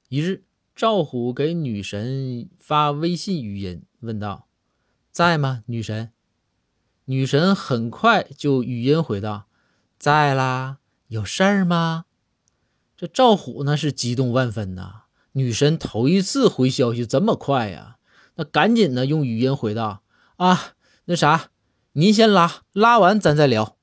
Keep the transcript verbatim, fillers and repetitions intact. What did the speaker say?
一日，赵虎给女神发微信语音，问道：在吗，女神？女神很快就语音回道：在啦，有事儿吗？这赵虎呢是激动万分呐，女神头一次回消息这么快呀，那赶紧呢用语音回道：啊，那啥，您先拉，拉完咱再聊。